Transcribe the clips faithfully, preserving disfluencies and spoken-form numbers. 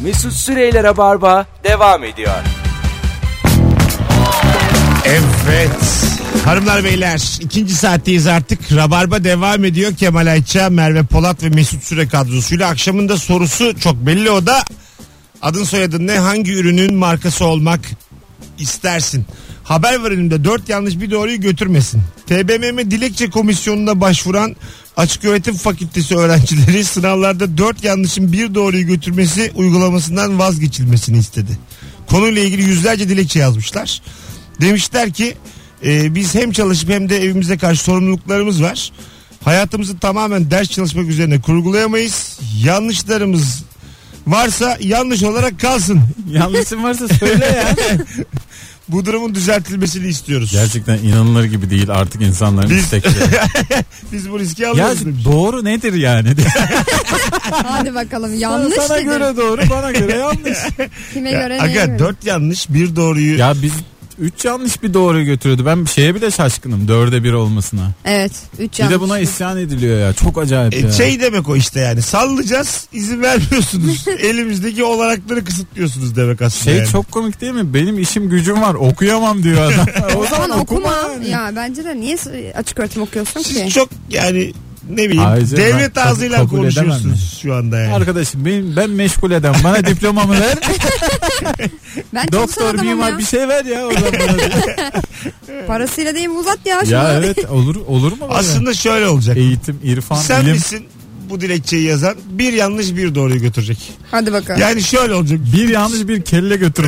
Mesut Süreyler'e barba devam ediyor. Evet. Hanımlar beyler, ikinci saatteyiz artık. Rabarba devam ediyor. Kemal Ayça, Merve Polat ve Mesut Süre kadrosuyla. Akşamın da sorusu çok belli, o da adın soyadın ne, hangi ürünün markası olmak istersin? Haber var elimde, dört yanlış bir doğruyu götürmesin. T B M M dilekçe komisyonuna başvuran Açıköğretim Fakültesi öğrencileri sınavlarda dört yanlışın bir doğruyu götürmesi uygulamasından vazgeçilmesini istedi. Konuyla ilgili yüzlerce dilekçe yazmışlar. Demişler ki e, biz hem çalışıp hem de evimize karşı sorumluluklarımız var. Hayatımızı tamamen ders çalışmak üzerine kurgulayamayız. Yanlışlarımız varsa yanlış olarak kalsın. Yanlışın varsa söyle ya. Bu durumun düzeltilmesini istiyoruz. Gerçekten inanılır gibi değil artık insanların Biz- istekleri. Biz bu riski Ya alıyoruz demiş. doğru nedir yani? Hadi bakalım, yanlış Sana dedi. göre doğru, bana göre yanlış. Kime Ya, göre neye aga göre? dört yanlış bir doğruyu. Ya biz üç yanlış bir doğruyu götürüyordu. Ben bir şeye bile şaşkınım, dörde bir olmasına. Evet, üç Bir yanlış. de buna isyan ediliyor ya. Çok acayip E, ya. şey demek o işte, yani sallayacağız, izin vermiyorsunuz. Elimizdeki olanakları kısıtlıyorsunuz demek aslında. Şey yani. çok komik değil mi? Benim işim gücüm var, okuyamam diyor adam. O zaman okuma. yani. Ya bence de niye açık öğretim okuyorsun ki? Siz çok yani ne bileyim Ayrıca devlet ben ağzıyla kabul edemem konuşuyorsunuz şu anda yani. Arkadaşım benim, ben meşgul eden, bana diplomamı ver. Ben Doktor, çalışan adamım mimar ya. bir şey ver ya. O zaman bana. Parasıyla değil mi, uzat ya. Şunu. Ya evet, olur olur mu? Böyle? Aslında şöyle olacak. Eğitim, irfan, Sen ilim. misin bu dilekçeyi yazan? Bir yanlış bir doğruyu götürecek. Hadi bakalım. Yani şöyle olacak. Bir yanlış bir kelle götürme.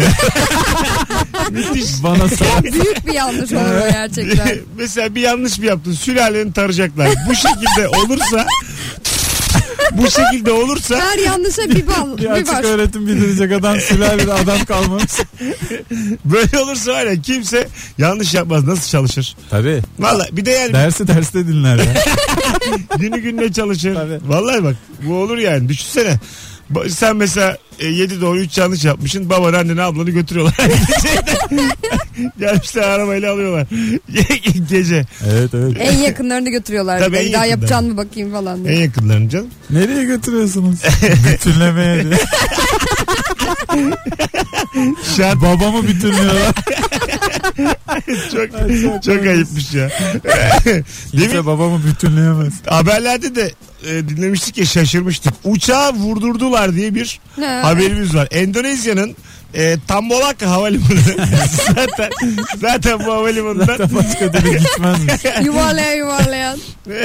Müthiş. Bana sor. Büyük bir yanlış olur o gerçekten. Mesela bir yanlış bir yaptın, sülaleni tarayacaklar. Bu şekilde olursa bu şekilde olursa Her yanlışa bir bal. Bir Bir açık baş. öğretim bitirecek adam, sülalede adam kalmamış. böyle olursa var ya, kimse yanlış yapmaz. Nasıl çalışır? Tabii. Vallahi bir de yani Dersi derste dinler ya. günü gününe çalışır. Tabii. Vallahi bak, bu olur yani. Düşünsene. Ba- Sen mesela e, yedi doğru üç yanlış yapmışsın. Babanı, anneni, ablanı götürüyorlar. Gelmişler arabayla alıyorlar. Gece. Evet evet. En yakınlarını götürüyorlar. Tabii, Bir de. en Bir daha yakınlarını. yapacaksın mı bakayım falan diye. En yakınlarını canım. Nereye götürüyorsunuz? Bütünlemeye diye. Şart. Babamı bütünlüyorlar. çok Ay, çok çok komik. ayıpmış ya. Demin Kimse babamı bütünleyemez. haberlerde de e, dinlemiştik ya, şaşırmıştık. Uçağı vurdurdular diye bir Ne? haberimiz var. Endonezya'nın e, Tambolaka havalimanı zaten zaten bu havalimanından Zaten başka türlü gitmezmiş. Yuvarlayan yuvarlayan.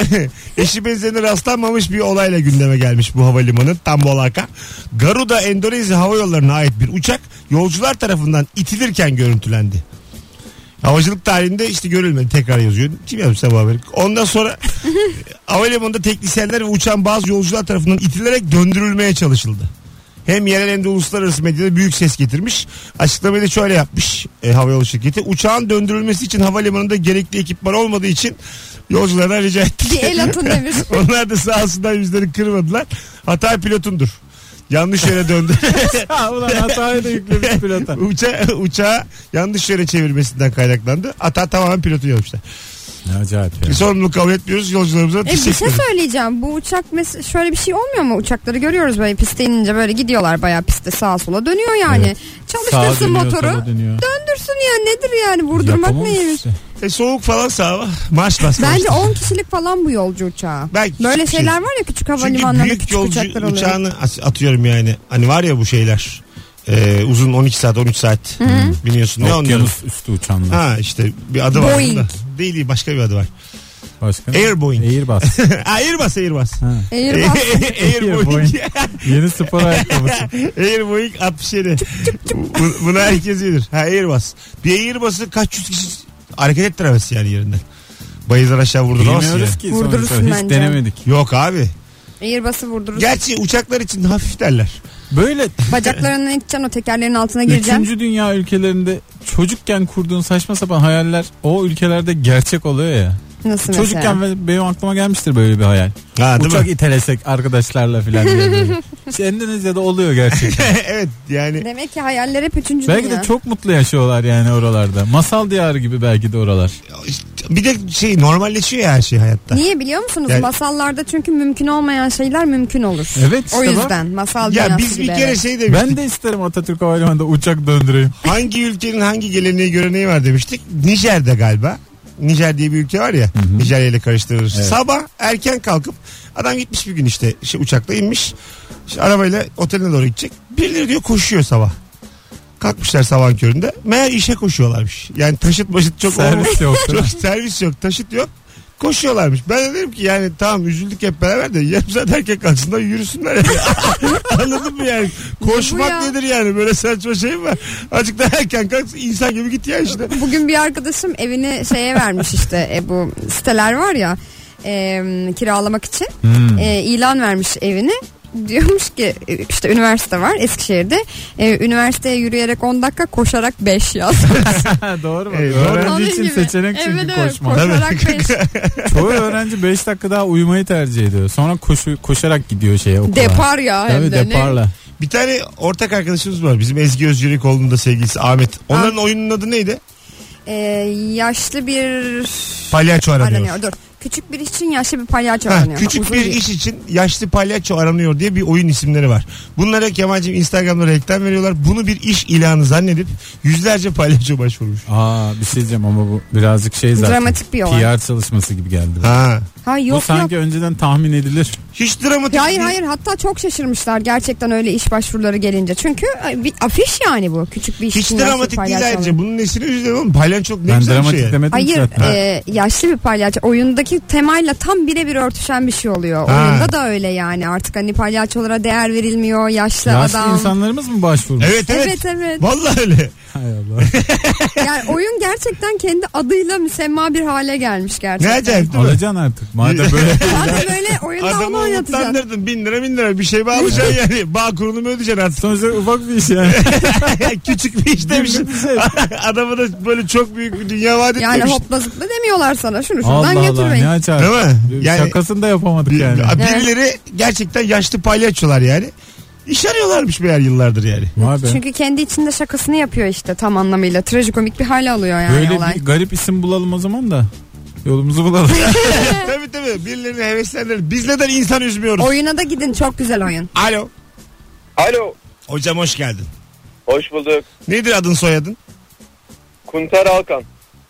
eşi benzerine rastlanmamış bir olayla gündeme gelmiş bu havalimanı Tambolaka. Garuda Endonezya Hava Yolları'na ait bir uçak yolcular tarafından itilirken görüntülendi. Havacılık tarihinde işte görülmedi, tekrar yazıyor. Kim yazmış bu haberi? Ondan sonra havalimanında teknisyenler ve uçağın bazı yolcular tarafından itilerek döndürülmeye çalışıldı. Hem yerel hem de uluslararası medyada büyük ses getirmiş. Açıklamayı da şöyle yapmış e, havayolu şirketi. Uçağın döndürülmesi için havalimanında gerekli ekipman olmadığı için yolculardan rica ettik. Bir el atın demiş. Onlar da sağ olsunlar, yüzleri kırmadılar. Hata pilotundur. Yanlış yere döndü. Ha, ulan hatayı da yüklemiş pilota. Uça, uçağı yanlış yere çevirmesinden kaynaklandı. Hata tamamen pilotun yapmışlar. Ne acayip ya. Bir sorumluluk kabul etmiyoruz. Yolcularımıza E bir teşekkür şey ederiz. söyleyeceğim. Bu uçak mes- şöyle bir şey olmuyor mu? Uçakları görüyoruz böyle piste inince böyle gidiyorlar, bayağı pistte sağa sola dönüyor yani. Evet. Çalıştırsın Sağa dönüyor, motoru. sola dönüyor. Döndürsün ya, nedir yani, vurdurmak Yapamamış neymiş? işte. E, soğuk falan sağ marş bas. Bence on kişilik falan bu yolcu uçağı. Belki Böyle küçük şeyler şey. var ya, küçük Çünkü havalimanlarında büyük küçük yolcu uçaklar oluyor. uçağını as- atıyorum yani. Hani var ya bu şeyler. E, uzun on iki saat on üç saat biniyorsun. Ne onların? Okyanus üstü uçanlar. Ha işte bir adı var. Boeing. Da. Değil değil, başka bir adı var. Başka? Air Boeing. Airbus. Airbus Airbus. Ha. Airbus. Air Air Boeing. Yeni spor ayakkabısı. Air Boeing altmış yedi. Bu- Bunu herkes bilir. Ha, Airbus. Bir Airbus'ı kaç yüz kişi hareket ettiremez yani yerinden. Bayızdan aşağı vurduramazsın ya. Bilmiyoruz ki Vurdurursun sonuçta. Hiç bence. denemedik. Yok abi. Airbus'u vurdurursun. Gerçi uçaklar için hafif derler. Böyle Bacaklarını iteceksin, o tekerlerin altına gireceksin. üçüncü dünya ülkelerinde çocukken kurduğun saçma sapan hayaller o ülkelerde gerçek oluyor ya. Nasıl Çocukken mesela? ve benim aklıma gelmiştir böyle bir hayal. Ha, değil Uçak mi? itelesek arkadaşlarla filan diye böyle. İşte Endonezya'da oluyor gerçekten. Evet yani. Demek ki hayaller hep üçüncü Belki dünya. de çok mutlu yaşıyorlar yani oralarda. Masal diyarı gibi belki de oralar. Bir de şey normalleşiyor ya her şey hayatta. Niye biliyor musunuz? Yani- Masallarda çünkü mümkün olmayan şeyler mümkün olur. Evet, işte O bak. yüzden masal Ya dünyası biz bir gibi, kere evet. şey demiştik. Ben de isterim Atatürk Havalimanı'nda uçak döndüreyim. Hangi ülkenin hangi geleneği göreneği var demiştik. Nijer'de galiba. Nijer diye bir ülke var ya. Nijerya ile karıştırırız. Evet. Sabah erken kalkıp adam gitmiş bir gün işte şey, uçakla inmiş. İşte arabayla oteline doğru gidecek. Birileri diyor koşuyor sabah. Kalkmışlar sabahın köründe. Meğer işe koşuyorlarmış. Yani taşıt başıt çok olmamış. Servis yok. Çok servis yok, taşıt yok. Koşuyorlarmış. Ben de dedim ki yani tamam üzüldük hep beraber de yarım saat erken kalksınlar yürüsünler. Yani. Anladın mı yani? Koşmak ya? nedir yani? Böyle saçma şey mi var? Azıcık daha erken kalk insan gibi git ya işte. Bugün bir arkadaşım evini şeye vermiş işte e, bu siteler var ya e, kiralamak için Hmm. e, ilan vermiş evini. Diyormuş ki e, işte üniversite var Eskişehir'de. E, üniversiteye yürüyerek on dakika koşarak beş yaz. Doğru mu? Evet, doğru. Öğrenci Onun için gibi. seçenek çünkü Evet, evet, koşmak. koşarak beş. Çoğu öğrenci beş dakika daha uyumayı tercih ediyor. Sonra koşu, koşarak gidiyor şeye okula. Depar ya hem Tabii de. ne? deparla. Bir tane ortak arkadaşımız var. Bizim Ezgi Özyürekoğlu'nun da sevgilisi Ahmet. Onların oyunun adı neydi? E, yaşlı bir Palyaço aranıyor. aranıyor. Dur. Küçük bir iş için yaşlı bir palyaço Ha, aranıyor. küçük Uzun bir değil. iş için yaşlı palyaço aranıyor diye bir oyun isimleri var. Bunlara Kemal'cim Instagram'da reklam veriyorlar. Bunu bir iş ilanı zannedip yüzlerce palyaço başvurmuş. Aa bir şey diyeceğim ama bu birazcık şey zaten. Dramatik bir olay. P R çalışması gibi geldi. Ha. Ha Bu yok sanki yok. önceden tahmin edilir. Hiç dramatik Hayır değil. hayır hatta çok şaşırmışlar gerçekten öyle iş başvuruları gelince. Çünkü bir afiş yani bu. Küçük bir iş Hiç için yaşlı dramatik değil palyaço ayrıca. olan. Bunun nesine üzülüyorum oğlum. Palyaçoluk ne Ben güzel bir dramatik şey yani. demedim Hayır zaten. e, yaşlı bir palyaço oyundaki temayla tam birebir örtüşen bir şey oluyor. Ha. Oyunda da öyle yani artık hani palyaçolara değer verilmiyor yaşlı, Yaşlı adam. insanlarımız mı başvurmuş? Evet evet. Evet evet. Vallahi öyle. Hay Allah. Yani oyun gerçekten kendi adıyla müsemma bir hale gelmiş Ne gerçekten. acayip değil mi? Alacaksın artık. Madem böyle. Hadi böyle oyunda onu Adamı oynatacaksın. umutlandırdın. Bin lira bin lira bir şey mi alacaksın yani? Bağ kurunu mu ödeyeceksin artık? Sonuçta ufak bir iş yani. Küçük bir iş demiş. Günlük bir şey. Adamı da böyle çok büyük bir dünya vaat Yani etmemiş. hopla zıpla demiyorlar sana şunu şuradan Allah Allah götürmeyin. ne açar. Değil mi? Yani- Şakasını da yapamadık Bir- yani. Birileri gerçekten yaşlı palyaçolar yani. İş arıyorlarmış meğer yıllardır yani. Vay be. Çünkü kendi içinde şakasını yapıyor işte tam anlamıyla. Trajikomik bir hale alıyor yani Böyle olay. bir garip isim bulalım o zaman da. Yolumuzu bulalım. tabii tabii birilerini heveslendirir. Biz neden insan üzmüyoruz? Oyuna da gidin çok güzel oyun. Alo. Alo. Hocam hoş geldin. Hoş bulduk. Nedir adın soyadın? Kunter Alkan.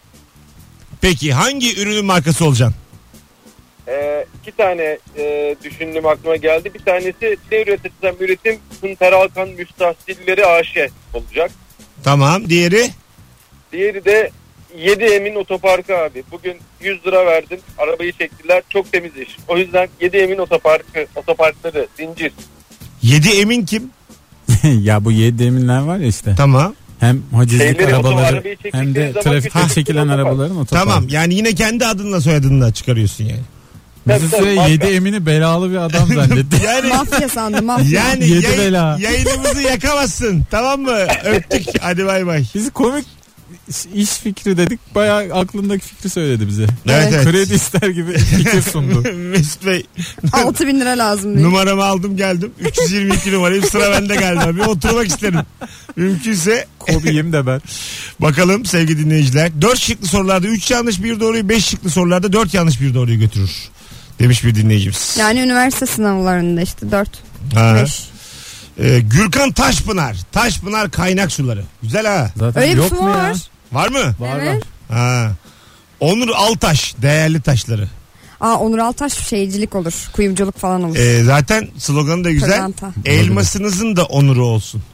Peki hangi ürünün markası olacaksın? Ee, iki tane e, düşündüm aklıma geldi. Bir tanesi ne üretirsem üretim Kunter Alkan Müstahsilleri A Ş olacak. Tamam. Diğeri? Diğeri de yedi Emin Otoparkı abi. Bugün yüz lira verdim. Arabayı çektiler. Çok temiz iş. O yüzden yedi Emin Otoparkı, otoparkları zincir. Yedi Emin kim? Ya bu yedi eminler var ya işte. Tamam. Hem hacizlik Şeyleri, arabaları arabayı hem de çektikleri zaman trafikte küçük çekilen otopark. arabaların otoparkı. Tamam. Yani yine kendi adınla soyadını da çıkarıyorsun yani. Mesut Tabii, Süre tabii, yedi marka. emini belalı bir adam zannetti. Yani Mafya sandım mafya. yani Yedi yayın- bela. yayınımızı yakamazsın. Tamam mı? Öptük. Hadi bay bay. Bizi komik iş fikri dedik. Bayağı aklındaki fikri söyledi bize. Evet, evet. Kredi ister gibi fikir sundu. Mesut Bey altı bin lira lazım diye. numaramı aldım geldim. üç yüz yirmi iki numarayım sıra bende galiba. Bir oturmak isterim. Mümkünse Kobiyim de ben. bakalım sevgili dinleyiciler. dört şıklı sorularda üç yanlış bir doğruyu, beş şıklı sorularda dört yanlış bir doğruyu götürür. Demiş bir dinleyicimiz. Yani üniversite sınavlarında işte dört Ha. beş. Ee, Gürkan Taşpınar. Taşpınar kaynak suları. Güzel ha. Zaten Öyle bir yok su mu ya? var. Var mı? Var Evet. var. Ha. Onur Altaş. Değerli taşları. Aa Onur Altaş şeycilik olur. Kuyumculuk falan olur. Ee, zaten sloganı da güzel. Pırlanta. Elmasınızın da onuru olsun.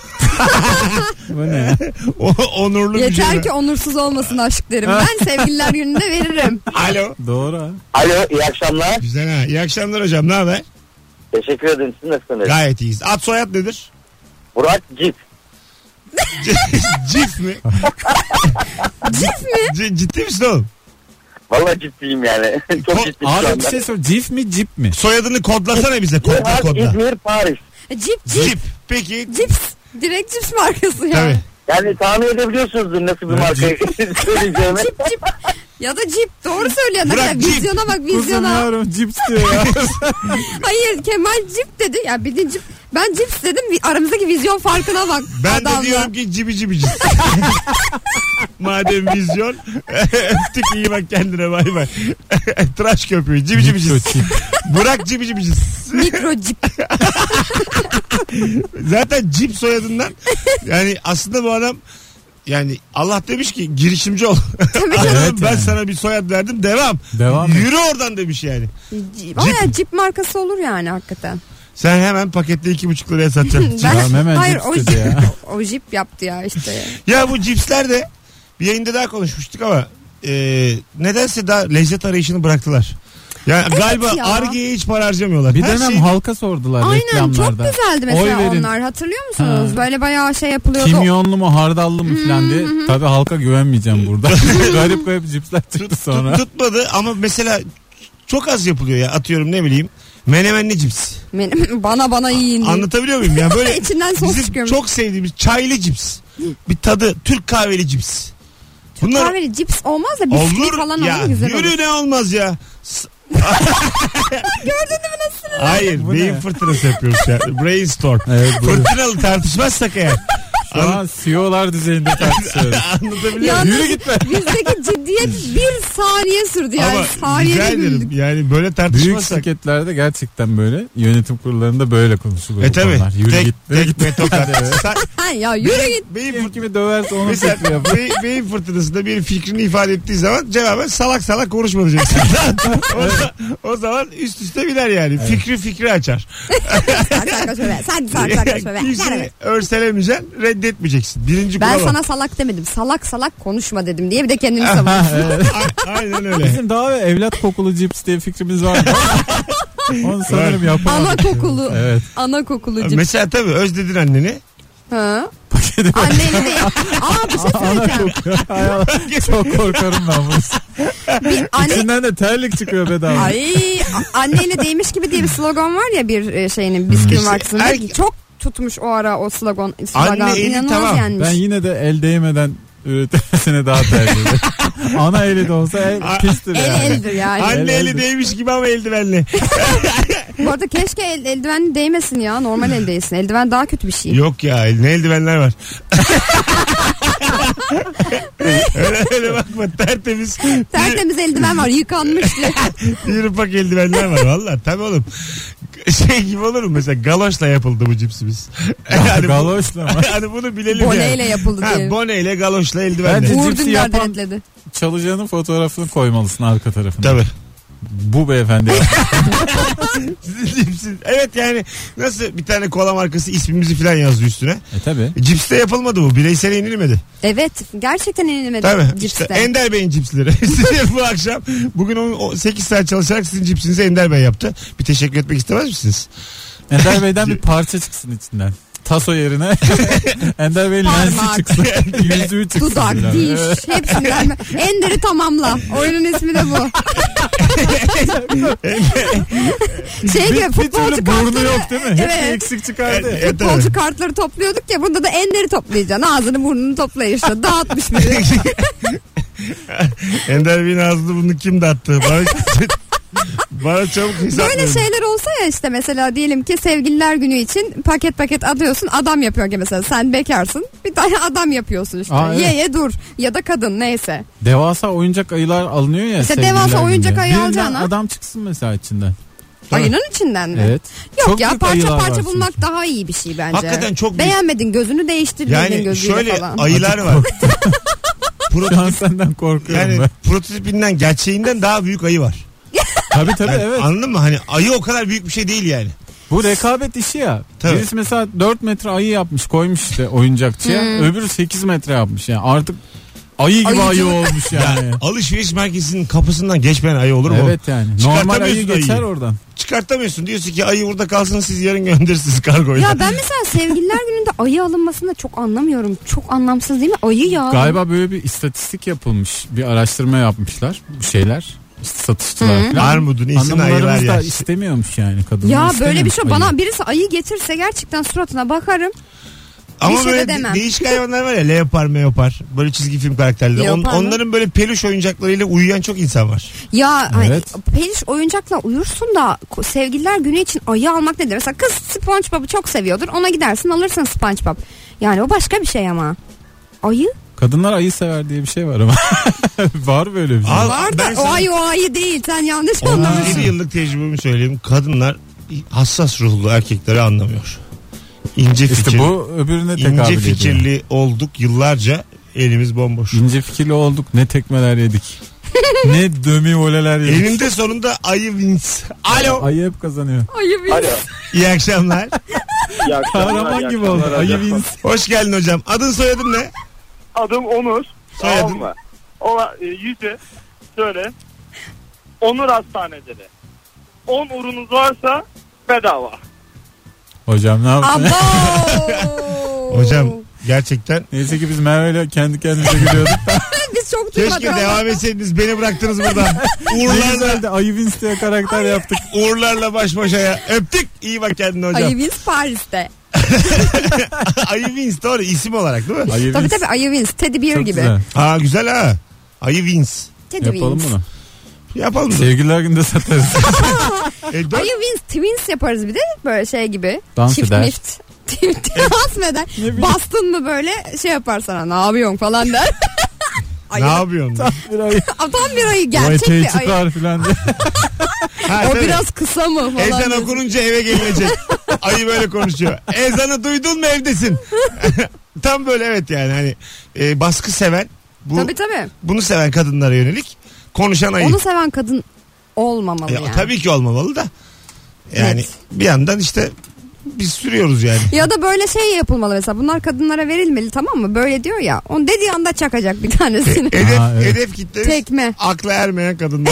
Bu ne ya? O onurlu bir Yeter şey. ki onursuz olmasın aşk derim. Ben sevgililer gününde veririm. Alo. Doğru ha. Alo, iyi akşamlar. Güzel ha. İyi akşamlar hocam. Ne haber? Teşekkür ederim. Siz nasılsınız? Gayet iyiyiz. Ad soyad nedir? Burak Cip. Cif mi? Cif mi? C- ciddi misin oğlum? Vallahi ciddiyim yani. Çok Ko- ciddiyim şu Abi bir anda. şey sor. Cif mi cip mi? Soyadını kodlasana bize. Kodla Nihat, kodla. İzmir, Paris. Cip cip. Cip. Peki. Cips. Direkt cips markası ya. Tabii. Yani tahmin edebiliyorsunuzdur nasıl bir Evet, markayı söyleyeceğimi. Cip cip. Ya da cip. Doğru söylüyor. Ne Bırak kadar cip. vizyona bak vizyona. Kuzum cips diyor ya. Hayır Kemal cip dedi. Ya bildiğin cip. Ben cips dedim, aramızdaki vizyon farkına bak. Ben adamla. de diyorum ki cibi cibi cips. Madem vizyon. Öptük, iyi bak kendine, bay bay. Tıraş köpüğü cibi cibi cips. Bırak cibi cibi cips. Mikro cip. Zaten cip soyadından yani aslında bu adam yani Allah demiş ki girişimci ol. Evet ben yani. sana bir soyad verdim, devam. Devam et. Yürü oradan demiş yani. Ama ya cip markası olur yani hakikaten. Sen hemen pakette iki buçuk liraya satacaksın. Ben, Ya hemen hayır cips o dedi jip, ya. o jip yaptı ya işte. Ya bu cipsler de bir yayında daha konuşmuştuk ama e, nedense daha lezzet arayışını bıraktılar. Yani Evet galiba ya. Ar-Ge'ye hiç para harcamıyorlar. Bir Her dönem şey- halka sordular Aynen, reklamlarda. çok güzeldi mesela Oy verin. onlar, hatırlıyor musunuz? Ha. Böyle bayağı şey yapılıyordu. Kimyonlu mu hardallı mı falan diye. Tabii halka güvenmeyeceğim burada. garip garip cipsler çıktı sonra. Tut- tutmadı ama mesela çok az yapılıyor ya, atıyorum ne bileyim. Menemenli cips. Benim, bana bana yiyin diye. Anlatabiliyor muyum? Yani böyle İçinden sos bizim çıkıyor. çok sevdiğimiz çaylı cips. Bir tadı Türk kahveli cips. Bunlar Kahveli cips olmaz da bisküvi olur falan ya. olur, güzel Yürü olur. ne olmaz ya. S- Gördün mü nasıl? Hayır, Bu beyin ne? fırtınası yapıyoruz ya. Brainstorm. Evet, bu. Fırtınalı tartışmazsak eğer. Şu an C E O'lar düzeyinde tartışıyoruz. Anlatabiliyor muyum? Yalnız Yürü gitme. bizdeki ciddiyet bir saniye sürdü yani. Ama Saniyede rica ederim. güldük. Yani böyle Büyük tartışmazsak. şirketlerde gerçekten böyle, yönetim kurullarında böyle konuşulur. E bu tabi. konular. Yürü Tek, git. tekme tokat. Sa- Ha ya yürü beyin, git. beyin, Kim fırt- kimi döverse onun Mesela fikri yapar. beyin, beyin fırtınasında bir fikrini ifade ettiği zaman cevaben salak salak konuşma diyeceksin. o, o zaman üst üste biner yani. Fikri fikri açar. Sarı sarı şöyle. Sarı sarı sarı şöyle. Kimseyi örselemeyeceksin, reddetmeyeceksin. Birinci Ben kural o. sana salak demedim. Salak salak konuşma dedim diye bir de kendini savunuyorsun. A- Aynen öyle. Bizim daha evlat kokulu cips diye fikrimiz var. Onu sanırım yapamadık. Ana kokulu. Evet. Ana kokulu cips. Mesela tabii özledin anneni. Ha? Paketi Anneyle değil. Aa bir şey ana söyleyeceğim. kokuyor. Hay Allah, çok korkarım ben bunu. Bir anne... İçinden de terlik çıkıyor bedava. Ay a- anneyle değmiş gibi diye bir slogan var ya bir e, şeyinin bisküvi İşte markasında. er- Çok tutmuş o ara o slogan. slogan. Anne eli İnanılmaz tamam. yenmiş. Ben yine de el değmeden üretilmesine daha tercih ederim. Ana eli de olsa el pistir El yani. eldir yani. Anne El- eli eldir. değmiş gibi ama eldivenli. Bu arada keşke el, eldiven değmesin ya. Normal el değsin. Eldiven daha kötü bir şey. Yok ya, ne eldivenler var. öyle, öyle bakma, tertemiz. Tertemiz eldiven var. Yıkanmıştı. Bir ufak eldivenler var valla. Tabii oğlum. Şey gibi olur mu mesela, galoşla yapıldı bu cipsimiz. hani, bu, Galoşla mı? hani bunu bilelim Boneyle yani. yapıldı Ha, diye. boneyle, galoşla, eldivenle. Bence- Uğur Cipsi Dündar yapan- denetledi. Çalacağının fotoğrafını koymalısın arka tarafına. Tabii. Bu beyefendi. Cipsin. Evet yani nasıl bir tane kola markası ismimizi falan yazdı üstüne. E tabi. Cipste yapılmadı bu. Bireysel yenilmedi. Evet. Gerçekten yenilmedi Tabii. cipste. İşte Ender Bey'in cipsleri. Size bu akşam bugün o- o sekiz saat çalışarak sizin cipsinizi Ender Bey yaptı. Bir teşekkür etmek istemez misiniz? Ender Bey'den bir parça çıksın içinden. Taso yerine Ender Bey'in lensi Parmak. çıksın. Yüzüğü çıksın. Dudak, falan. diş, Evet. hepsinden. mi? Ender'i tamamla. Oyunun ismi de bu. şey gibi Bir, bir futbolcu türlü burnu kartları. yok değil mi? Hepsi Evet. eksik çıkardı. Evet, evet. Futbolcu kartları topluyorduk ya, burada da Ender'i toplayacaksın. Ağzını burnunu toplayın işte. Dağıtmış biri. Ender Bey'in ağzını bunu kim dağıttı? Bana, bana çabuk hesap Böyle verin. şeyler olsa ya, işte mesela diyelim ki sevgililer günü için paket paket alıyorsun, adam yapıyor ki mesela sen bekarsın, bir tane adam yapıyorsun işte. Aa, evet. Ye ye dur ya da kadın neyse. Devasa oyuncak ayılar alınıyor ya. İşte sevgililer devasa günde. oyuncak ayı Birinden alacağına. adam çıksın mesela içinden. Tabii. Ayının içinden mi? Evet. Yok Çok ya, büyük parça ayılar parça var bulmak çünkü. daha iyi bir şey bence. Hakikaten çok büyük. Beğenmedin, gözünü değiştir dedin Yani gözüyle şöyle falan. ayılar var. Şu an Prototip, senden korkuyorum yani ben. prototipinden, gerçeğinden daha büyük ayı var. Tabii tabii Yani evet. Anladın mı? Hani ayı o kadar büyük bir şey değil yani. Bu rekabet işi ya. Tabii. Birisi mesela dört metre ayı yapmış, koymuş işte oyuncakçıya. Hmm. Öbürü sekiz metre yapmış yani. Artık ayı gibi ayı Ayıcılık. olmuş yani. Alışveriş merkezinin kapısından geçmeyen ayı olur mu? Evet yani. Normal Çıkartamıyorsun ayı geçer ayıyı. oradan. Çıkartamıyorsun. Diyorsun ki ayı burada kalsın, siz yarın gönderirsiniz kargoyla. Ya ben mesela sevgililer gününde ayı alınmasını da çok anlamıyorum. Çok anlamsız değil mi? Ayı ya. Galiba böyle bir istatistik yapılmış. Bir araştırma yapmışlar bu şeyler. İşte satışçılar Hı. falan. Armudun iyisini ayılar Hanımlarımız da yer. istemiyormuş yani kadınlar. Ya böyle bir istemiyormuş şey, ayıyı. bana birisi ayı getirse gerçekten suratına bakarım. Ama Bir şey de böyle demem. de- değişik hayvanlar var ya, leopar meopar, böyle çizgi film karakterleri. On- Leopar mı? onların böyle peluş oyuncaklarıyla uyuyan çok insan var. Ya hani Evet. peluş oyuncakla uyursun da ko- sevgililer günü için ayı almak nedir? Mesela kız SpongeBob'u çok seviyordur. Ona gidersin alırsın SpongeBob. Yani o başka bir şey ama. Ayı Kadınlar ayı sever diye bir şey var ama. Var böyle bir şey. Al, var da ben o sana ayı o ayı değil. Sen yanlış otuz anlamışsın. yedi yıllık tecrübemi söyleyeyim. Kadınlar hassas ruhlu erkekleri anlamıyor. İnce fikir, İşte bu öbürüne tekabül ince ediyor. fikirli olduk yıllarca, elimiz bomboş. İnce fikirli olduk. Ne tekmeler yedik. Ne dömi voleler yedik. Elinde sonunda ayı Vince. Alo. Ayı hep kazanıyor. Ayı bir. Alo. İyi akşamlar. İyi akşamlar, Kahraman iyi gibi akşamlar oldu. Ayı hocam. Vince. Hoş geldin hocam. Adın soyadın ne? Adım Onur. Soyadın? Tamam mı? O e, yüzü şöyle. Onur Hastaneleri. on urunuz varsa bedava. Hocam ne yaptın? Abo. Hocam gerçekten Neyse ki biz Merve'yle kendi kendimize gülüyorduk da. Biz çok duymadık keşke ama. devam etseydiniz, beni bıraktınız burada. Ne Uğurlarla, güzeldi. Ayı Vince diye karakter yaptık. uğurlarla baş başaya. Öptük. İyi bak kendine hocam. Ayı Vince Paris'te. Ayı Vince doğru isim olarak değil mi? Ayı Tabii Vince. tabii Ayı Vince. Teddy Bear Çok gibi. güzel. Aa güzel ha. Ayı Vince. Teddy Yapalım Vince. bunu. Yapalım. Sevgililer günde satarız. E, dört- Ayı Vince Twins yaparız bir de böyle şey gibi. Dans Çift eder. mift. Dans mı eder? bileyim. Bastın mı böyle şey yapar sana, ne yapıyorsun falan der. Ayı. ne yapıyorsun? Bir ayı. Tam bir ayı, O gerçek eteği bir ayı. çıkar filan diye. Ha, O tabii. biraz kısa mı falan. Ezan diyorsun. okununca eve gelinecek. Ayı böyle konuşuyor. Ezanı duydun mu evdesin? Tam böyle evet yani hani e, baskı seven, bu Tabii tabii. bunu seven kadınlara yönelik konuşan ayı. Onu seven kadın olmamalı Ya, yani. tabii ki olmamalı da. Yani Evet. bir yandan işte biz sürüyoruz yani. Ya da böyle şey yapılmalı mesela. Bunlar kadınlara verilmeli, tamam mı? Böyle diyor ya. Onu dediği anda çakacak bir tanesini. Hedef, Aa, evet. hedef kitlemiz Tekme. akla ermeyen kadınlar.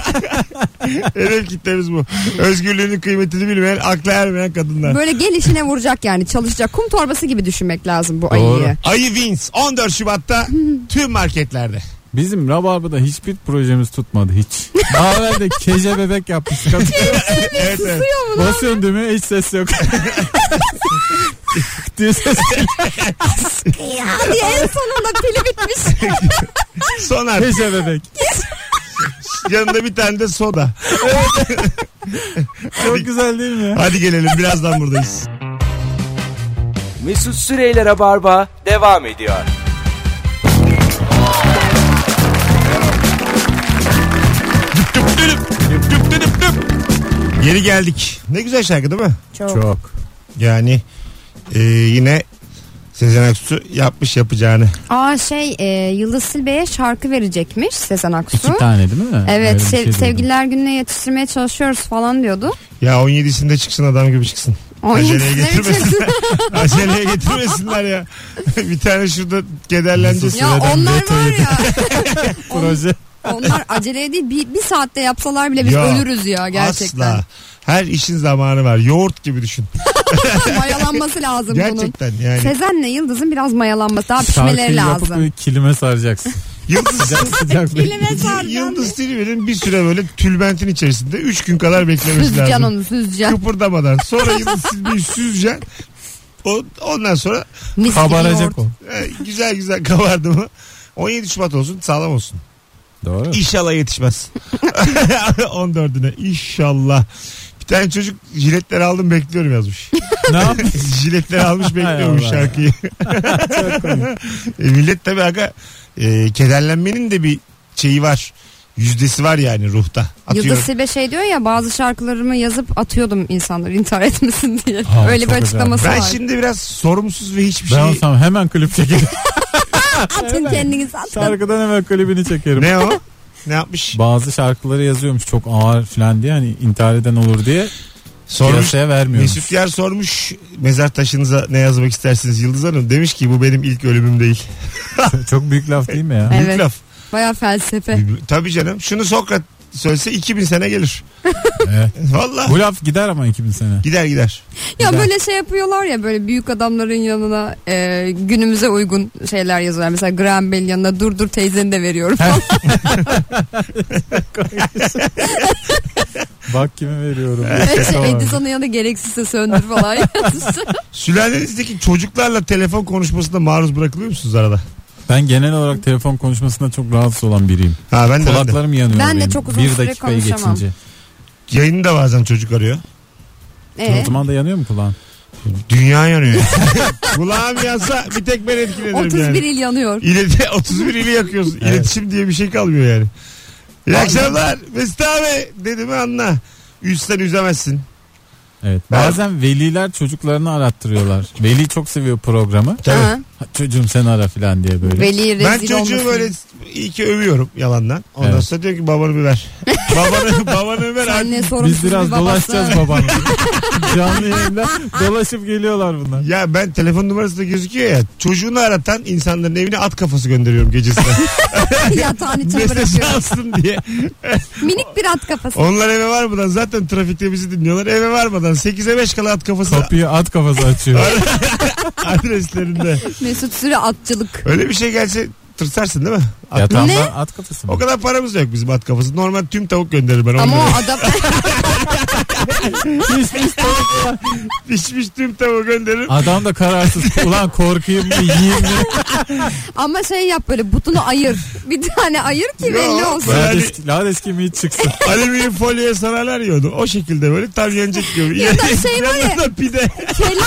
Hedef kitlemiz bu. Özgürlüğünün kıymetini bilmeyen, akla ermeyen kadınlar. Böyle gelişine vuracak yani, çalışacak. Kum torbası gibi düşünmek lazım bu Doğru. ayıyı. Ayı Vince on dört Şubat'ta tüm marketlerde. Bizim Rabarba'da hiçbir projemiz tutmadı hiç. Daha evvel de keje bebek yapmıştık. Evet evet. Basıyorsun değil mi? Hiç ses yok. diye ses Hadi en sonunda pili bitmiş. Son harf. keje bebek. Yanında bir tane de soda. Çok güzel değil mi ya? Hadi gelelim, birazdan buradayız. Mesut Süreyler'e barba devam ediyor. Düp düp düp düp. Geri geldik. Ne güzel şarkı değil mi? Çok. Çok. Yani e, yine Sezen Aksu yapmış yapacağını. Aa şey e, Yıldız Silbe'ye şarkı verecekmiş Sezen Aksu. İki tane değil mi? Evet, Öyle bir sev- şey duydum. sevgililer gününe yetiştirmeye çalışıyoruz falan diyordu. Ya on yedisinde çıksın, adam gibi çıksın. on Aceleye yedisine mi getirmesinler. Aceleye getirmesinler ya. Bir tane şurada kederleneceğiz. Ya Süreden onlar veto var yedi. ya. Proje. Onlar aceleye değil, bir, bir saatte yapsalar bile biz Ya, ölürüz ya gerçekten. Asla. Her işin zamanı var. Yoğurt gibi düşün. Mayalanması lazım bunun. Gerçekten yani. Sezen'le Yıldız'ın biraz mayalanması, daha pişmeleri Şarkıyı yapıp lazım. böyle kilime saracaksın. Yıldız, Sıcak sıcak. bir- Elime saracağım. Yıldız Tilbe'nin bir süre böyle tülbentin içerisinde üç gün kadar beklemesi Süzeceksin lazım. onu, süzeceksin. Kıpırdamadan. Sonra Yıldız Tilbe'yi süzeceksin. O, ondan sonra Mis gibi Kabaracak yoğurt. o. e, güzel güzel kabardı mı on yedi Şubat olsun, sağlam olsun. Doğru. İnşallah yetişmez. on dördüne inşallah. Bir tane çocuk jiletleri aldım bekliyorum yazmış. Ne yapmış? Jiletleri almış bekliyormuş Allah. şarkıyı. e, millet tabii aga e, kederlenmenin de bir şeyi var. Yüzdesi var yani ruhta. Atıyorum. Yıldız Silbe şey diyor ya, bazı şarkılarımı yazıp atıyordum insanlar intihar etmesin diye. Ha, Öyle bir çok açıklaması Ben var. şimdi biraz sorumsuz ve hiçbir Ben şey... olsam hemen klip çekerim. Atın kendinizi atın. Şarkıdan hemen klibini çekerim. Ne o? Ne yapmış? Bazı şarkıları yazıyormuş çok ağır falan diye, hani intihar eden olur diye Sormuş. piyasaya vermiyormuş. Mesut Yer sormuş, mezar taşınıza ne yazmak istersiniz Yıldız Hanım? Demiş ki bu benim ilk ölümüm değil. Çok, çok büyük laf değil mi ya? Evet. Büyük laf. Baya felsefe. Tabii canım. Şunu Sokrat söylese iki bin sene gelir. Evet. Valla. Bu laf gider ama iki bin sene. Gider gider. Ya Güzel. böyle şey yapıyorlar ya, böyle büyük adamların yanına e, günümüze uygun şeyler yazıyorlar. Mesela Graham Bell'in yanına dur dur teyzeni de veriyorum falan. Bak kime veriyorum. Şey, Edison'un yanında gereksizse söndür falan. Sülalenizdeki çocuklarla telefon konuşmasında maruz bırakılıyor musunuz arada? Ben genel olarak telefon konuşmasında çok rahatsız olan biriyim. Ha ben de, ben de. Kulaklarım yanıyor. Ben de benim. çok uzun bir süre dakikayı konuşamam. geçince. Yayını da bazen çocuk arıyor. Ee? O zaman da yanıyor mu kulağın? Dünya yanıyor. Kulağım yansa bir tek ben etkilenirim otuz bir yani. il yanıyor. İleti, otuz bir ili yakıyorsun. Evet. İletişim diye bir şey kalmıyor yani. İyi akşamlar. Mesut abi dediğimi anla. Üstten üzemezsin. Evet. Bazen veliler çocuklarını arattırıyorlar. Veli çok seviyor programı. Tabii. Ha. Ha, çocuğum sen ara falan diye böyle. Veli rezil Ben çocuğu olmasın. böyle iyi ki övüyorum yalandan. Ondan Evet. sonra diyor ki babanı bir ver. babanı, babanı ver. Sen ne Hadi. sorumsuz Biz biraz bir babası. dolaşacağız babam. Canlı yayında dolaşıp geliyorlar bunlar. Ya ben telefon numarası da gözüküyor ya. Çocuğunu aratan insanların evine at kafası gönderiyorum gecesine. Yatağın içine Mesaj bırakıyor. alsın diye. Minik bir at kafası. Onlar eve varmadan zaten trafikte bizi dinliyorlar. Eve varmadan sekize beş kala at kafası Kapıyı at kafası açıyor. adreslerinde. Mesut Süre atçılık. Öyle bir şey gelse tırsarsın değil mi? At- Yatağımda Ne? at kafası mı? O kadar paramız yok bizim at kafası. Normal tüm tavuk gönderir ben. Ama o Ama adam pişmiş tüm tavuğu gönderirim. Adam da kararsız. Ulan korkayım mı yiyeyim mi? ama şey yap böyle butunu ayır. Bir tane ayır ki belli olsun. Yani- Lades, lades kemiği çıksın. Alüminyum folyoya sararlar ya onu. O şekilde böyle tam yenecek gibi. Ya da şey var ya- Yanında pide. Kelle,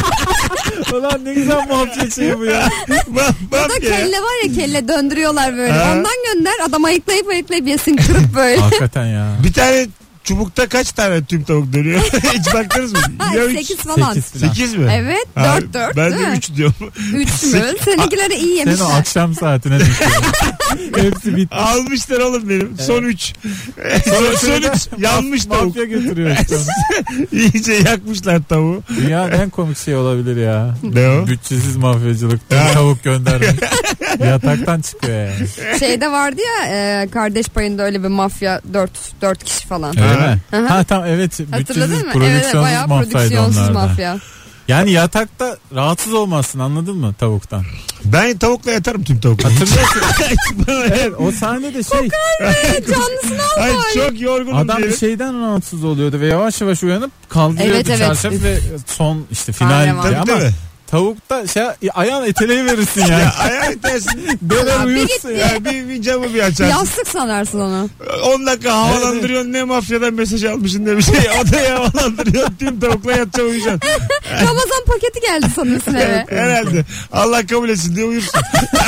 Ulan ne güzel muhabbet şey bu ya. Bak ya bak da ya. kelle var ya kelle döndürüyorlar böyle. Ha. Ondan gönder adam ayıklayıp ayıklayıp yesin kırıp böyle. Hakikaten ya. Bir tane çubukta kaç tane tüm tavuk dönüyor? Hiç baktınız mı? Ya üç. sekiz falan. Sekiz falan. Sekiz mi? Evet, Ha, dört dört, Ben değil de mi? üç diyorum. Üç mü? Seninkileri iyi Sen o yemişler. akşam saatine düşüyor. Hepsi bitti. Almışlar oğlum benim. Son üç. son, son üç. Yanmış tavuk. Mafya götürüyor işte onu. İyice yakmışlar tavuğu. Dünyanın en komik şey olabilir ya. Ne o? Bütçesiz mafyacılık. Ha. Tavuk göndermek. Yataktan çıkıyor yani. Şeyde vardı ya e, kardeş payında öyle bir mafya dört dört kişi falan. Öyle Ha. mi? Hı hı. Ha tamam evet. Hatırladın Bütçesiz mı? Evet prodüksiyonsuz bayağı mafyaydı prodüksiyonsuz onlarda. mafya. Yani yatakta rahatsız olmazsın anladın mı tavuktan? Ben tavukla yatarım tüm tavukla. Hatırlıyorsun. Bana- Evet, o sahnede şey Canlısını al. Ay çok yorgunum adam diye. bir şeyden rahatsız oluyordu ve yavaş yavaş uyanıp kaldırıyordu Evet, evet. çarşaf ve son işte final Kahraman. Tabii ama tabii. tavukta şey ayağın eteleyi verirsin yani. Ya ayağı tersin. Döner Ya bir uyursun git ya. Ya bir, bir camı bir açarsın. Yastık sanarsın onu. on dakika havalandırıyorsun ne mafyadan mesaj almışsın ne bir şey. Odaya havalandırıyorsun tüm tavukla yatacaksın uyuyacaksın. Ramazan paketi geldi sanırsın eve. Herhalde. Allah kabul etsin diye uyursun.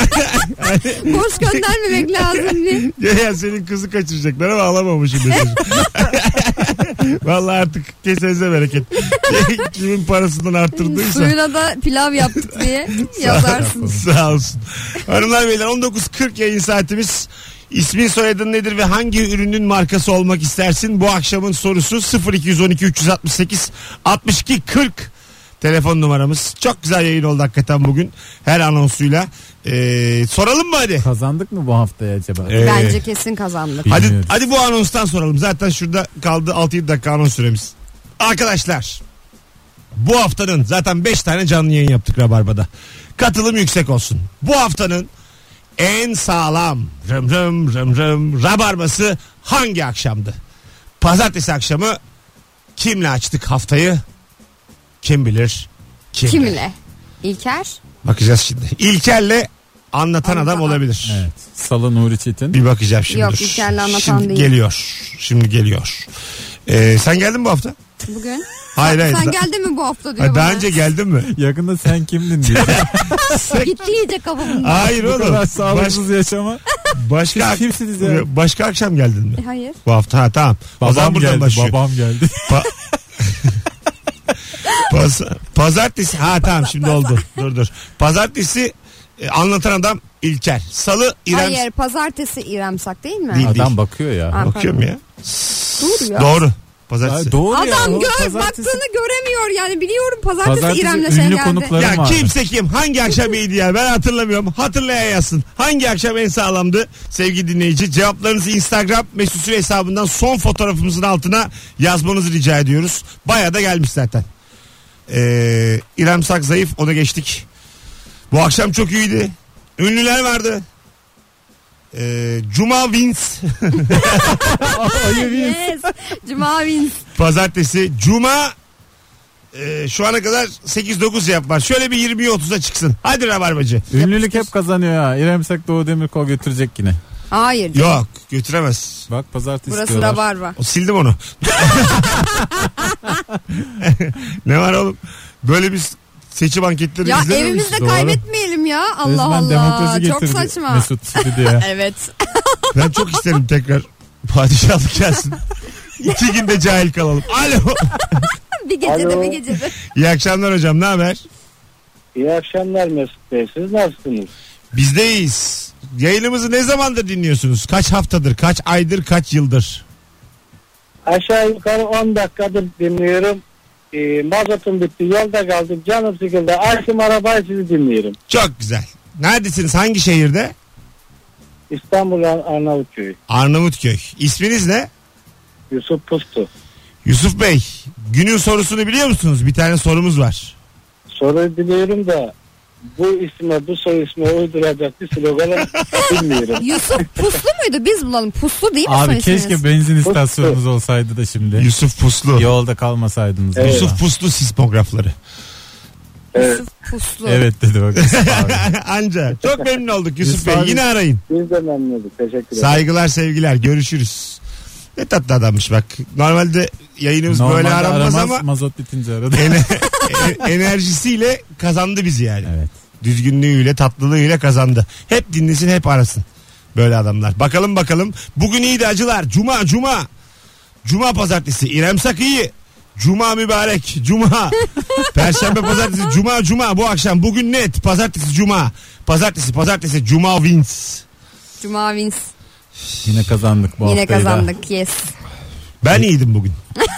Boş göndermemek lazım diye. Ya, ya senin kızı kaçıracaklar ama alamamışım mesajı. Vallahi artık kesenize bereket. Kimin parasından arttırdıysa. Suyuna da pilav yaptık diye yazarsın. Sağ olsun. Hanımlar beyler on dokuz kırk yayın saatimiz. İsmin soyadın nedir ve hangi ürünün markası olmak istersin? Bu akşamın sorusu sıfır iki on iki üç altı sekiz altmış iki kırk telefon numaramız. Çok güzel yayın oldu hakikaten bugün. Her anonsuyla. Ee, soralım mı hadi? Kazandık mı bu haftaya acaba? Ee, Bence kesin kazandık. Bilmiyoruz. Hadi, hadi bu anonstan soralım. Zaten şurada kaldı altı yedi dakika anons süremiz. Arkadaşlar bu haftanın zaten beş tane canlı yayın yaptık Rabarba'da. Katılım yüksek olsun. Bu haftanın en sağlam rım rım rım rım Rabarbası hangi akşamdı? Pazartesi akşamı kimle açtık haftayı? Kim bilir? Kim? Kimle? İlker? Bakacağız şimdi. İlker'le anlatan Anlatan. adam olabilir. Evet. Salı Nuri Çetin. Bir bakacağım şimdi. Yok, dur. İlker'le anlatan şimdi değil. Geliyor. Şimdi geliyor. Ee, sen geldin mi bu hafta? Bugün? Hayır hayır. Sen Da- geldin mi bu hafta diyor Ha, daha bana. önce geldin mi? Yakında sen kimdin diye. Gitti iyice kafamda. Hayır Bu oğlum. kadar Baş, sağlıksız yaşama. başka Siz ak- kimsiniz ya? başka akşam geldin mi? E, Hayır. Bu hafta ha tamam. o zaman Babam buradan geldi. başlıyor. Babam geldi. Pa- Paz- Pazartesi ha tamam şimdi oldu. Dur dur. Pazartesi e, anlatan adam İlker. Salı İrem. Hayır pazartesi İrem Sak değil mi? Değil. Adam bakıyor ya. Ha, Bakıyorum ya. Dur ya. Doğru. Pazartesi. Ay, doğru ya. Adam O gör pazartesi- baktığını göremiyor yani biliyorum pazartesi, Pazartesi İrem'le şey ünlü geldi. konukları- Ya vardı. kimse kim? Hangi akşam iyiydi ya? Ben hatırlamıyorum. Hatırlayan yazsın. Hangi akşam en sağlamdı sevgili dinleyici? Cevaplarınızı Instagram Mesut Süre hesabından son fotoğrafımızın altına yazmanızı rica ediyoruz. Bayağı da gelmiş zaten. Ee, İrem Sak zayıf. Ona geçtik. Bu akşam çok iyiydi. Ünlüler vardı. Ee, Cuma Vince. Yes. Cuma wins. Pazartesi. Cuma e, şu ana kadar sekiz dokuz yap var. Şöyle bir yirmiye otuza çıksın. Hadi Rabarbacı. Ünlülük hep kazanıyor ha. İrem Sak, Doğu Demirkol götürecek yine. Hayır. Yok götüremez. Bak pazartesi Burası istiyorlar. Rabarba. O sildim onu. Ne var oğlum? Böyle bir seçim anketleri Ya izlemiyor evimizde musun? kaybetmeyelim ya. Allah Resmen Allah. demokrasi Çok getirdi saçma. Mesut stüdyoya. Evet. Ben çok isterim tekrar padişahlık gelsin. İki günde cahil kalalım. Alo. Bir gecede Alo. bir gecede. İyi akşamlar hocam, ne haber? İyi akşamlar Mesut Bey. Siz nasılsınız? Bizdeyiz. Yayınımızı ne zamandır dinliyorsunuz? Kaç haftadır, kaç aydır, kaç yıldır? Aşağı yukarı on dakikadır dinliyorum. E, mazotum bitti. Yolda kaldım. Canım sıkıldı. Açtım arabayı, sizi dinliyorum. Çok güzel. Neredesiniz? Hangi şehirde? İstanbul Arnavutköy. Arnavutköy. İsminiz ne? Yusuf Pustu. Yusuf Bey, günün sorusunu biliyor musunuz? Bir tane sorumuz var. Soruyu biliyorum da bu isme, bu soy isme uyduracak bir sloganı bilmiyorum. Yusuf Puslu muydu? Biz bulalım. Puslu değil mi soy Abi isminiz? keşke benzin istasyonunuz olsaydı da şimdi. Yusuf Puslu. Yolda kalmasaydınız. Evet. Yusuf Puslu sismografları. Evet. Yusuf Puslu. Evet dedi bak. Anca. Çok memnun olduk Yusuf Yusuf Bey. abi. Yine arayın. Biz de memnun olduk. Teşekkür ederim. Saygılar, sevgiler. Görüşürüz. Ne tatlı adammış bak. Normalde yayınımız Normalde böyle aranmaz aramaz, ama mazot bitince aradı. ene- e- enerjisiyle kazandı bizi yani. Evet. Düzgünlüğüyle, tatlılığıyla kazandı. Hep dinlesin, hep arasın. Böyle adamlar. Bakalım bakalım. Bugün iyiydi acılar. Cuma, cuma. Cuma pazartesi. İrem Sak iyi. Cuma mübarek. Cuma. Perşembe pazartesi. Cuma, cuma. Bu akşam. Bugün net. Pazartesi, cuma. Pazartesi, pazartesi. Cuma wins. Cuma wins. Yine kazandık bu Yine haftayı da. kazandık. Yes. Ben iyiydim bugün.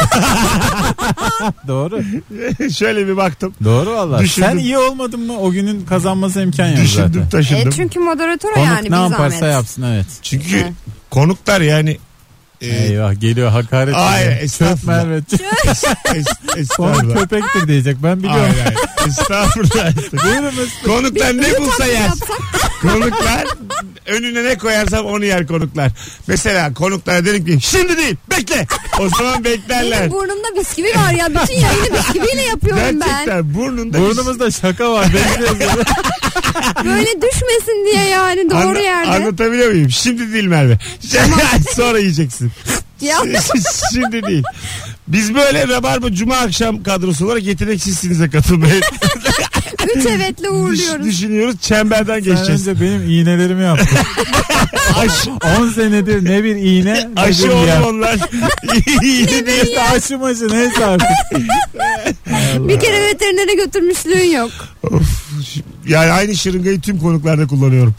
Doğru. Şöyle bir baktım. Doğru valla. Düşündüm. Sen iyi olmadın mı o günün kazanması imkan yok Düşündüm, zaten. taşındım. E çünkü moderatör o Konuk yani ne bir yaparsa zahmet. yapsın evet. Çünkü Evet. konuklar yani e, Eyvah geliyor hakaret. Hayır, ediyor. Çöp estağfurullah. Merve. çöp. es, Konuk estağfurullah. köpektir diyecek ben biliyorum. Hayır, hayır. Estağfurullah. Buyurun Mesut. Konuklar ne bulsa Tatlı yer. yapsak. Konuklar önüne ne koyarsam onu yer konuklar. Mesela konuklara dedim ki şimdi değil bekle. O zaman beklerler. Benim burnumda bisküvi var ya. Bütün yayını bisküviyle yapıyorum ben. Gerçekten burnunda Burnumuzda şaka var. Bekliyoruz. Böyle düşmesin diye yani doğru Anla- yerde. Anlatabiliyor muyum? Şimdi değil Merve. Sonra yiyeceksin. Ya. Şimdi değil. Biz böyle Rabarba Cuma akşam kadrosu olarak yeteneksizsinize katılmayı Üç evetle uğurluyoruz. düş- düşünüyoruz. Çemberden Sen geçeceğiz. önce benim iğnelerimi yaptın. Aşı, on senedir ne bir iğne ne aşı bir oğlum yer. onlar. İyi değil. İşte aşı maşı neyse artık. Bir kere veterinere götürmüşlüğün yok. Of. Yani aynı şırıngayı tüm konuklarda kullanıyorum.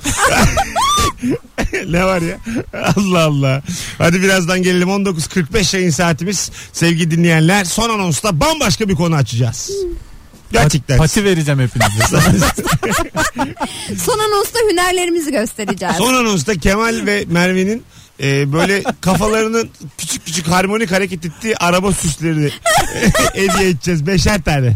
Ne var ya? Allah Allah. Hadi birazdan gelelim. on dokuz kırk beş yayın saatimiz. Sevgili dinleyenler, son anonsta bambaşka bir konu açacağız. Gerçekten. Pati vereceğim hepinize. Son anonsta hünerlerimizi göstereceğiz. Son anonsta Kemal ve Merve'nin e, böyle kafalarının küçük küçük harmonik hareket ettiği araba süslerini hediye edeceğiz. Beşer tane.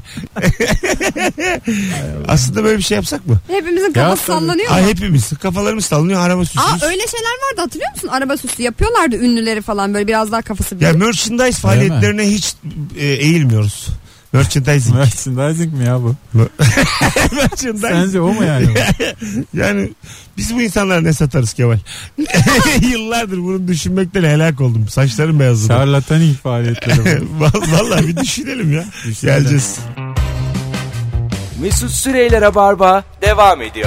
Aslında böyle bir şey yapsak mı? Hepimizin kafası tabii. sallanıyor mu? Ha, hepimiz kafalarımız sallanıyor, araba süsüyoruz. Aa öyle şeyler vardı hatırlıyor musun? Araba süsü yapıyorlardı ünlüleri falan böyle biraz daha kafası Ya büyük. merchandise faaliyetlerine hiç e, eğilmiyoruz. Merchandising. Merchandising mi ya bu? Merchandising. Sence o mu yani? Yani biz bu insanlara ne satarız Kemal? Yıllardır bunu düşünmekten helak oldum. Saçlarım beyazladı. Şarlatanik faaliyetleri bu. Vallahi bir düşünelim ya. Düşünelim. Geleceğiz. Mesut Süreyler'e barba devam ediyor.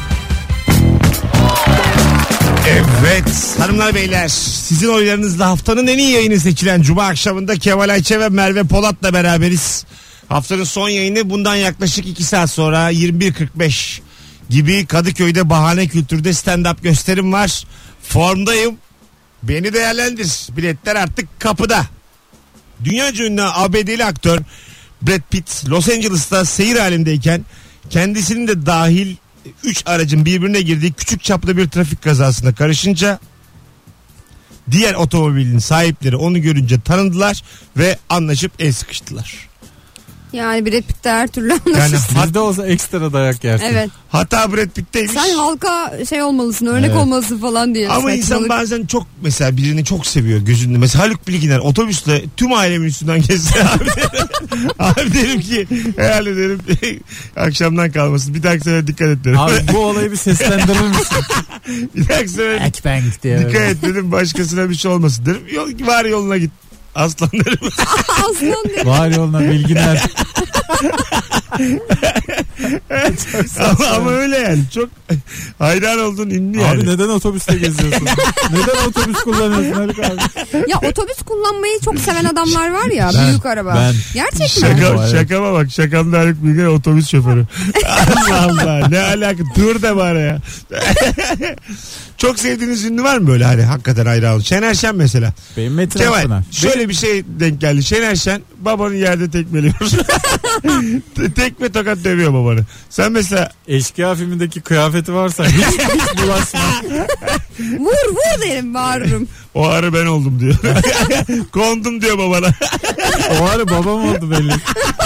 Evet hanımlar beyler, sizin oylarınızla haftanın en iyi yayını seçilen Cuma akşamında Kemal Ayça ve Merve Polat'la beraberiz. Haftanın son yayını bundan yaklaşık iki saat sonra yirmi bir kırk beş gibi Kadıköy'de Bahane Kültür'de stand-up gösterim var. Formdayım. Beni değerlendir. Biletler artık kapıda. Dünyaca ünlü A B D'li aktör Brad Pitt Los Angeles'ta seyir halindeyken kendisinin de dahil üç aracın birbirine girdiği küçük çaplı bir trafik kazasında karışınca diğer otomobilin sahipleri onu görünce tanıdılar ve anlaşıp el sıkıştılar. Yani Brad Pitt'te her türlü Yani anlaşırsın. hat- Bizde olsa ekstra dayak yersin. Evet. hata Brad Pitt'teymiş. Sen halka şey olmalısın, örnek Evet. olmalısın falan diye. Ama insan Saçmalık. bazen çok mesela birini çok seviyor gözünde. Mesela Haluk Bilginer otobüsle tüm ailemin üstünden geçse abi derim, abi derim ki herhalde derim akşamdan kalmasın. Bir dahaki sefer dikkat et derim. Abi bu olayı bir seslendirir misin? Bir dahaki sefer Ekbank diye. dikkat et dedim, başkasına bir şey olmasın derim. Yol, var yoluna git. Aslan derim. Aslan diye. Var yoluna bilginer. ama, ama öyle yani. Çok hayran olduğun ünlü yani. Abi neden otobüste geziyorsun? Neden otobüs kullanıyorsun Haluk abi? Ya otobüs kullanmayı çok seven adamlar var ya, Ben- büyük araba. ben- Gerçekten. Şaka, Evet. şakama bak. Şakamda Haluk Bilginer otobüs şoförü. Allah Allah. Ne alaka? Dur da bari ya. Çok sevdiğiniz ünlü var mı böyle hani hakikaten hayran? Şener Şen mesela. Benim Metin Kemal Akpınar. şöyle bir şey denk geldi. Şener Şen babanın yerde tekmeliyor. Tekme tokat dövüyor babanı. Sen mesela Eşkıya filmindeki kıyafeti varsa hiç, hiç bulaşma. Vur vur derim, bağırırım. o ara ben oldum diyor. Kondum diyor babana. O ara babam oldu belli.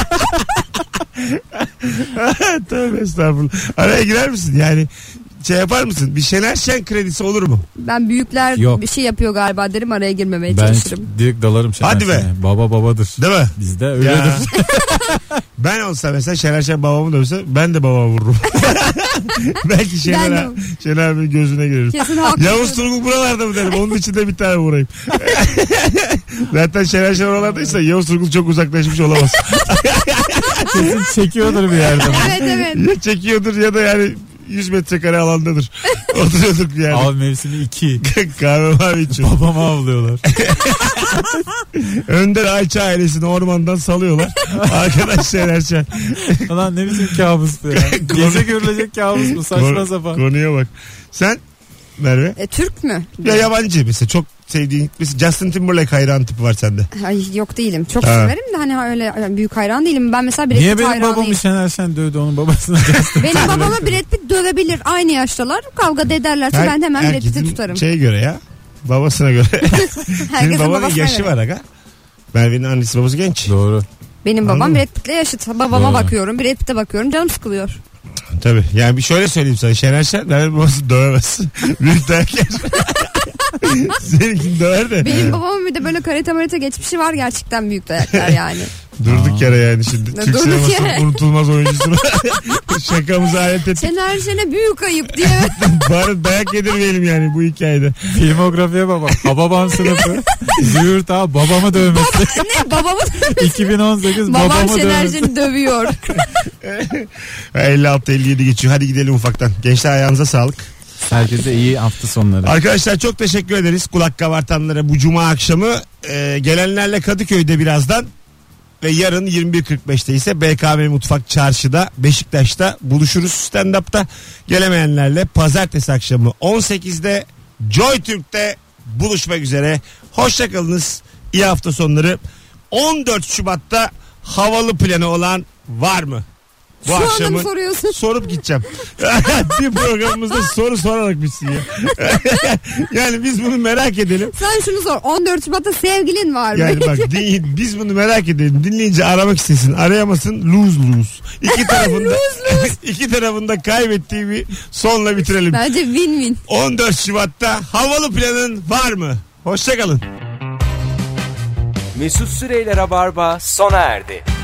Tövbe estağfurullah. Araya girer misin? Yani şey yapar mısın? Bir Şener Şen kredisi olur mu? Ben büyükler Yok. bir şey yapıyor galiba derim, araya girmemeye Ben çalışırım. direkt dalarım Şener Hadi be. Şen'e. Baba babadır. Değil mi? Bizde Ya. öyledir. Ben olsa mesela Şener Şen babamı dövse ben de babama vururum. Belki Şener, Ben de- abi, Şener abinin gözüne girerim. Kesin haklı. Yavuz Turgul buralarda mı derim. Onun içinde bir tane vurayım. Zaten Şener Şen oralardaysa Yavuz Turgul çok uzaklaşmış olamaz. Kesin çekiyordur bir yerden. Evet evet. Ya çekiyordur ya da yani yüz metrekare alandadır. Oturuyordur yani. Av mevsimi iki. Kahve mavi içiyor. Babamı avlıyorlar. Önder Ayça ailesini ormandan salıyorlar. Arkadaş Şener Şen. Ulan ne biçim kabus bu ya. Gece görülecek kabus bu, saçma Kon- sapan. Konuya bak. Sen Merve? E, Türk mü? Ya yabancı mesela çok sevdiğin mesela Justin Timberlake hayran tipi var sende. Ay yok değilim. Çok Ha. severim de hani öyle yani büyük hayran değilim. Ben mesela Brad Niye Pitt benim hayranıyım. babamı Şener Şen dövdü onun babasını? Benim babama Brad Pitt dövebilir. Aynı yaştalar. Kavga da ederlerse Her- ben de hemen Brad Pitt'i herkesin tutarım. şeye göre ya. Babasına göre. Senin Herkesin babanın babasına yaşı göre. var aga. Merve'nin annesi babası genç. Doğru. Benim babam Anladın mı? Brad Pitt'le yaşıt. Babama Doğru. bakıyorum, Brad Pitt'e bakıyorum. Canım sıkılıyor. Tabii. Yani bir şöyle söyleyeyim sana. Şener Şen Merve babası dövemez. Büyük dayak yer. Seninkini döver de. Benim babamın bir de böyle karate marite geçmişi var, gerçekten büyük dayaklar yani. Durduk yere yani şimdi. Türk Durduk sinemasının yere. unutulmaz oyuncusunu şakamızı alet ettik. Şener Şen'e büyük ayıp diye. Bari dayak yedirmeyelim yani bu hikayede. Filmografiye baba. Hababam sınıfı. Züğürt ağa babamı dövmesi. Ne babamı iki bin on sekiz babam babamı Şener dövmesi. Şen'i dövüyor. elli altı elli yedi geçiyor. Hadi gidelim ufaktan. Gençler ayağınıza sağlık. Herkese iyi hafta sonları. Arkadaşlar çok teşekkür ederiz kulak kabartanlara bu cuma akşamı. Ee, gelenlerle Kadıköy'de birazdan ve yarın yirmi bir kırk beşte ise B K M Mutfak Çarşı'da Beşiktaş'ta buluşuruz stand-up'ta. Gelemeyenlerle pazartesi akşamı on sekizde Joy Türk'te buluşmak üzere. Hoşçakalınız. İyi hafta sonları. on dört Şubat'ta havalı planı olan var mı? Bu Şu anda mı akşamın soruyorsun? sorup gideceğim. Bir programımızda soru sorarak bitsin ya. Yani biz bunu merak edelim. Sen şunu sor. on dört Şubat'ta sevgilin var mı? Yani bak din- biz bunu merak edelim. Dinleyince aramak istesin. Arayamasın lose lose. İki tarafında iki tarafında kaybettiği bir sonla bitirelim. Bence win win. on dört Şubat'ta havalı planın var mı? Hoşçakalın. Mesut Süreyler'e barba sona erdi.